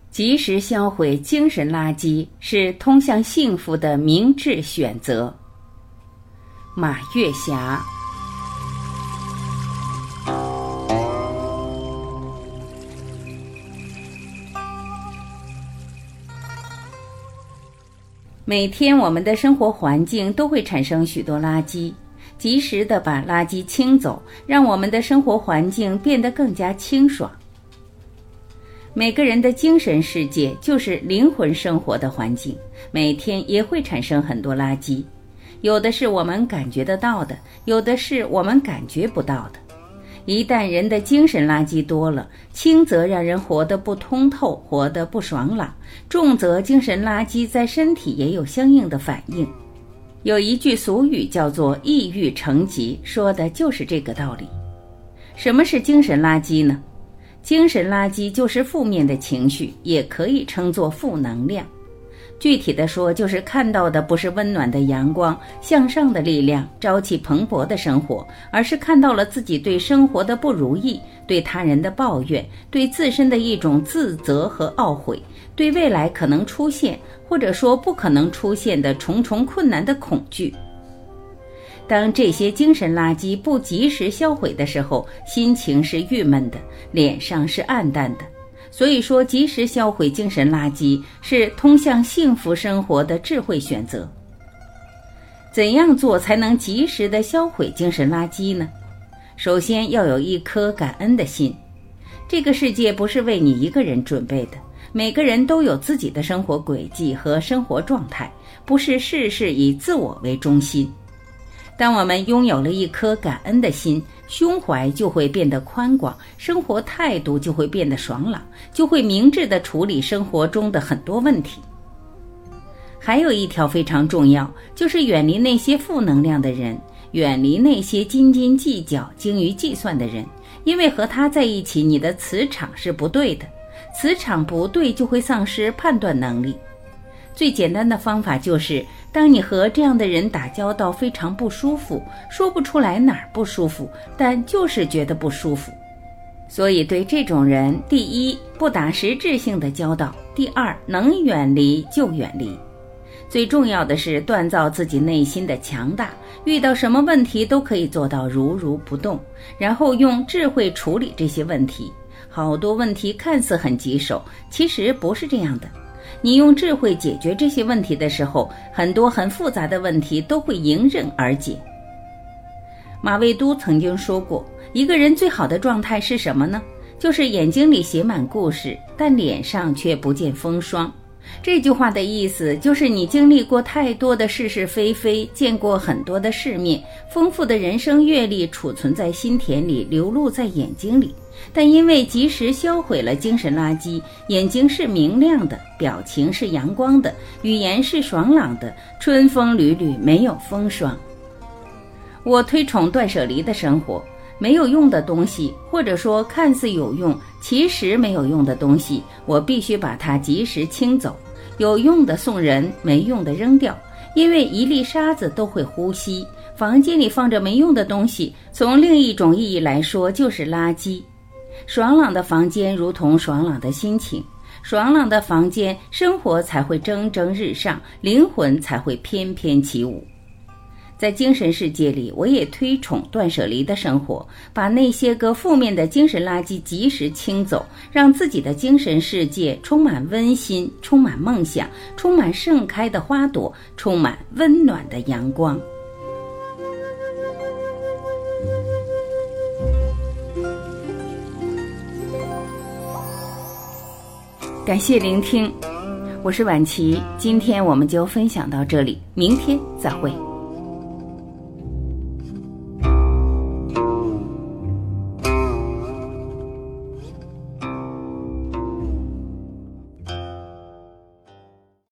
及时销毁精神垃圾是通向幸福的明智选择。马月霞。每天我们的生活环境都会产生许多垃圾，及时的把垃圾清走，让我们的生活环境变得更加清爽。每个人的精神世界就是灵魂生活的环境，每天也会产生很多垃圾，有的是我们感觉得到的，有的是我们感觉不到的。一旦人的精神垃圾多了，轻则让人活得不通透，活得不爽朗，重则精神垃圾在身体也有相应的反应。有一句俗语叫做抑郁成疾，说的就是这个道理。什么是精神垃圾呢？精神垃圾就是负面的情绪，也可以称作负能量。具体的说，就是看到的不是温暖的阳光、向上的力量、朝气蓬勃的生活，而是看到了自己对生活的不如意，对他人的抱怨，对自身的一种自责和懊悔，对未来可能出现或者说不可能出现的重重困难的恐惧。当这些精神垃圾不及时销毁的时候，心情是郁闷的，脸上是暗淡的。所以说，及时销毁精神垃圾是通向幸福生活的智慧选择。怎样做才能及时的销毁精神垃圾呢？首先要有一颗感恩的心。这个世界不是为你一个人准备的，每个人都有自己的生活轨迹和生活状态，不是事事以自我为中心。当我们拥有了一颗感恩的心，胸怀就会变得宽广，生活态度就会变得爽朗，就会明智地处理生活中的很多问题。还有一条非常重要，就是远离那些负能量的人，远离那些斤斤计较、精于计算的人，因为和他在一起，你的磁场是不对的，磁场不对就会丧失判断能力。最简单的方法就是，当你和这样的人打交道非常不舒服，说不出来哪儿不舒服，但就是觉得不舒服。所以对这种人，第一，不打实质性的交道；第二，能远离就远离。最重要的是锻造自己内心的强大，遇到什么问题都可以做到如如不动，然后用智慧处理这些问题。好多问题看似很棘手，其实不是这样的。你用智慧解决这些问题的时候，很多很复杂的问题都会迎刃而解。马未都曾经说过，一个人最好的状态是什么呢？就是眼睛里写满故事，但脸上却不见风霜。这句话的意思就是你经历过太多的是是非非，见过很多的世面，丰富的人生阅历储存在心田里，流露在眼睛里，但因为及时销毁了精神垃圾，眼睛是明亮的，表情是阳光的，语言是爽朗的，春风缕缕，没有风霜。我推崇断舍离的生活，没有用的东西，或者说看似有用，其实没有用的东西，我必须把它及时清走，有用的送人，没用的扔掉，因为一粒沙子都会呼吸。房间里放着没用的东西，从另一种意义来说就是垃圾。爽朗的房间如同爽朗的心情，爽朗的房间，生活才会蒸蒸日上，灵魂才会翩翩起舞。在精神世界里，我也推崇断舍离的生活，把那些个负面的精神垃圾及时清走，让自己的精神世界充满温馨，充满梦想，充满盛开的花朵，充满温暖的阳光。感谢聆听，我是婉琪，今天我们就分享到这里，明天再会。